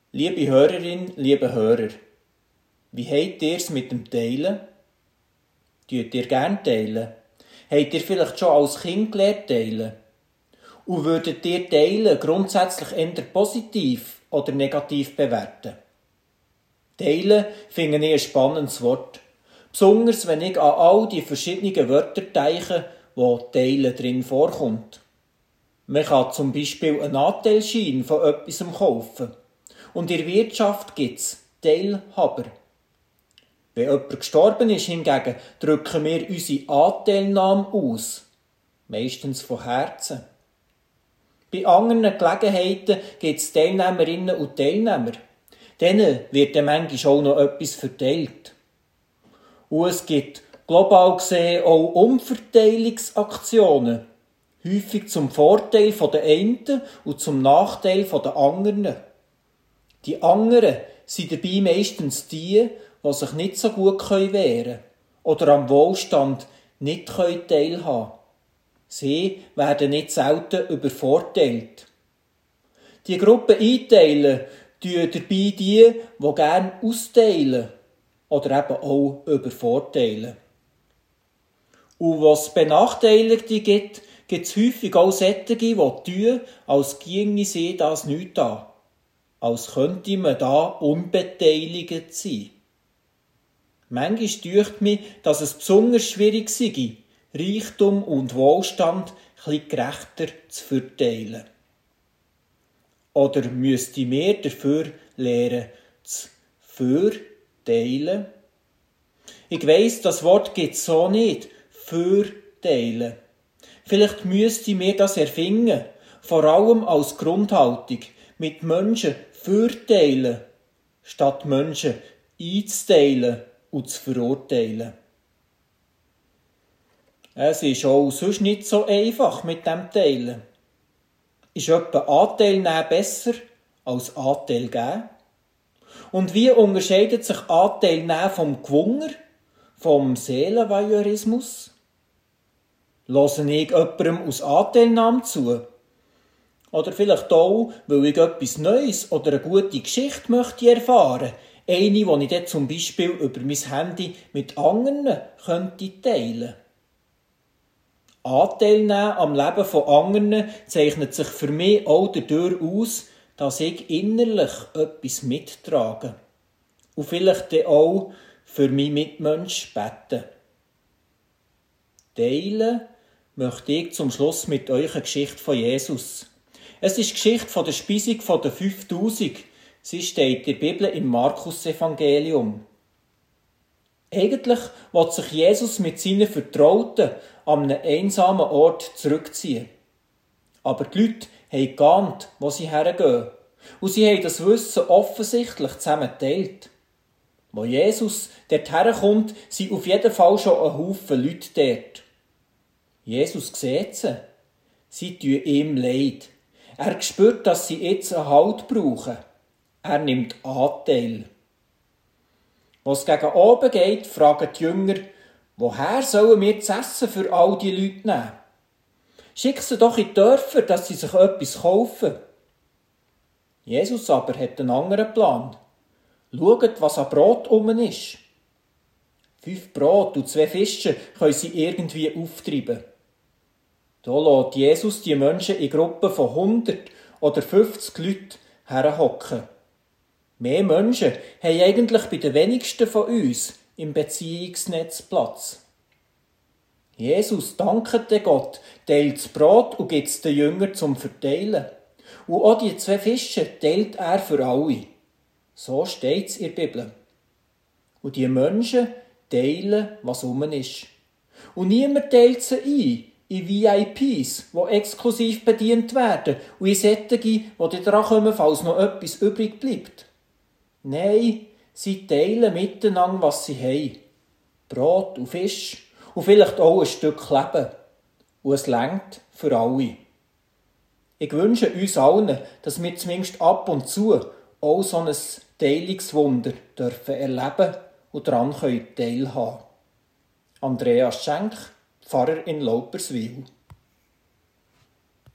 Liebe Hörerin, liebe Hörer, wie habt ihr es mit dem Teilen? Tut ihr gern teilen? Habt ihr vielleicht schon als Kind gelernt teilen? Und würdet ihr Teilen grundsätzlich eher positiv oder negativ bewerten? Teilen finde ich ein spannendes Wort. Besonders wenn ich an all die verschiedenen Wörter denke, wo Teilen drin vorkommt. Man kann zum Beispiel einen Anteilsschein von etwas kaufen. Und in der Wirtschaft gibt es Teilhaber. Wenn jemand gestorben ist hingegen, drücken wir unsere Anteilnahme aus. Meistens von Herzen. Bei anderen Gelegenheiten gibt es Teilnehmerinnen und Teilnehmer. Denen wird dann manchmal auch noch etwas verteilt. Und es gibt global gesehen auch Umverteilungsaktionen. Häufig zum Vorteil der einen und zum Nachteil der anderen. Die anderen sind dabei meistens die sich nicht so gut wehren können oder am Wohlstand nicht teilhaben können. Sie werden nicht selten übervorteilt. Die Gruppe einteilen tun dabei die gerne austeilen oder eben auch übervorteilen. Und was Benachteiligte gibt es häufig auch solche, die tun, als ginge sie das nicht an. Als könnte man da unbeteiligt sein. Manchmal dünkt mich, dass es besonders schwierig sei, Reichtum und Wohlstand etwas gerechter zu verteilen. Oder müsste mehr dafür lernen, zu verteilen? Ich weiss, das Wort gibt es so nicht. Verteilen. Vielleicht müsste mir das erfinden, vor allem als Grundhaltung, mit Menschen verteilen, statt Menschen einzuteilen und zu verurteilen. Es ist auch sonst nicht so einfach mit dem Teilen. Ist etwa Anteil nehmen besser als Anteil geben? Und wie unterscheidet sich Anteil nehmen vom Gewunger, vom Seelenvoyeurismus? Höre ich jemandem aus Anteilnahme zu? Oder vielleicht auch, weil ich etwas Neues oder eine gute Geschichte möchte erfahren, eine, die ich dann zum Beispiel über mein Handy mit anderen könnte teilen. Anteil nehmen am Leben von anderen zeichnet sich für mich auch dadurch aus, dass ich innerlich etwas mittrage. Und vielleicht dann auch für meinen Mitmenschen beten. Teilen möchte ich zum Schluss mit euch eine Geschichte von Jesus. Es ist die Geschichte von der Speisung der 5000. Sie steht in der Bibel im Markus-Evangelium. Eigentlich will sich Jesus mit seinen Vertrauten an einem einsamen Ort zurückziehen. Aber die Leute haben geahnt, wo sie hergehen. Und sie haben das Wissen offensichtlich zusammen geteilt. Wo Jesus dort herkommt, sind auf jeden Fall schon ein Haufen Leute dort. Jesus sieht sie. Sie tun ihm leid. Er spürt, dass sie jetzt einen Halt brauchen. Er nimmt Anteil. Was gegen oben geht, fragen die Jünger, woher sollen wir das Essen für all die Leute nehmen? Schick sie doch in die Dörfer, dass sie sich etwas kaufen. Jesus aber hat einen anderen Plan. Schaut, was an Brot rum ist. 5 Brot und 2 Fische können sie irgendwie auftreiben. Da lässt Jesus die Menschen in Gruppen von 100 oder 50 Leuten herhocken. Mehr Menschen haben eigentlich bei den wenigsten von uns im Beziehungsnetz Platz. Jesus dankt Gott, teilt das Brot und gibt es den Jüngern zum Verteilen. Und auch die 2 Fische teilt er für alle. So steht es in der Bibel. Und die Menschen teilen, was rum ist. Und niemand teilt sie ein in VIPs, die exklusiv bedient werden, und in solche, die dran kommen, falls noch etwas übrig bleibt. Nein, sie teilen miteinander, was sie haben. Brot und Fisch und vielleicht auch ein Stück Leben. Und es reicht für alle. Ich wünsche uns allen, dass wir zumindest ab und zu auch so ein Teilungswunder dürfen erleben und daran teilhaben können. Andreas Schenk, Pfarrer in Lauperswil.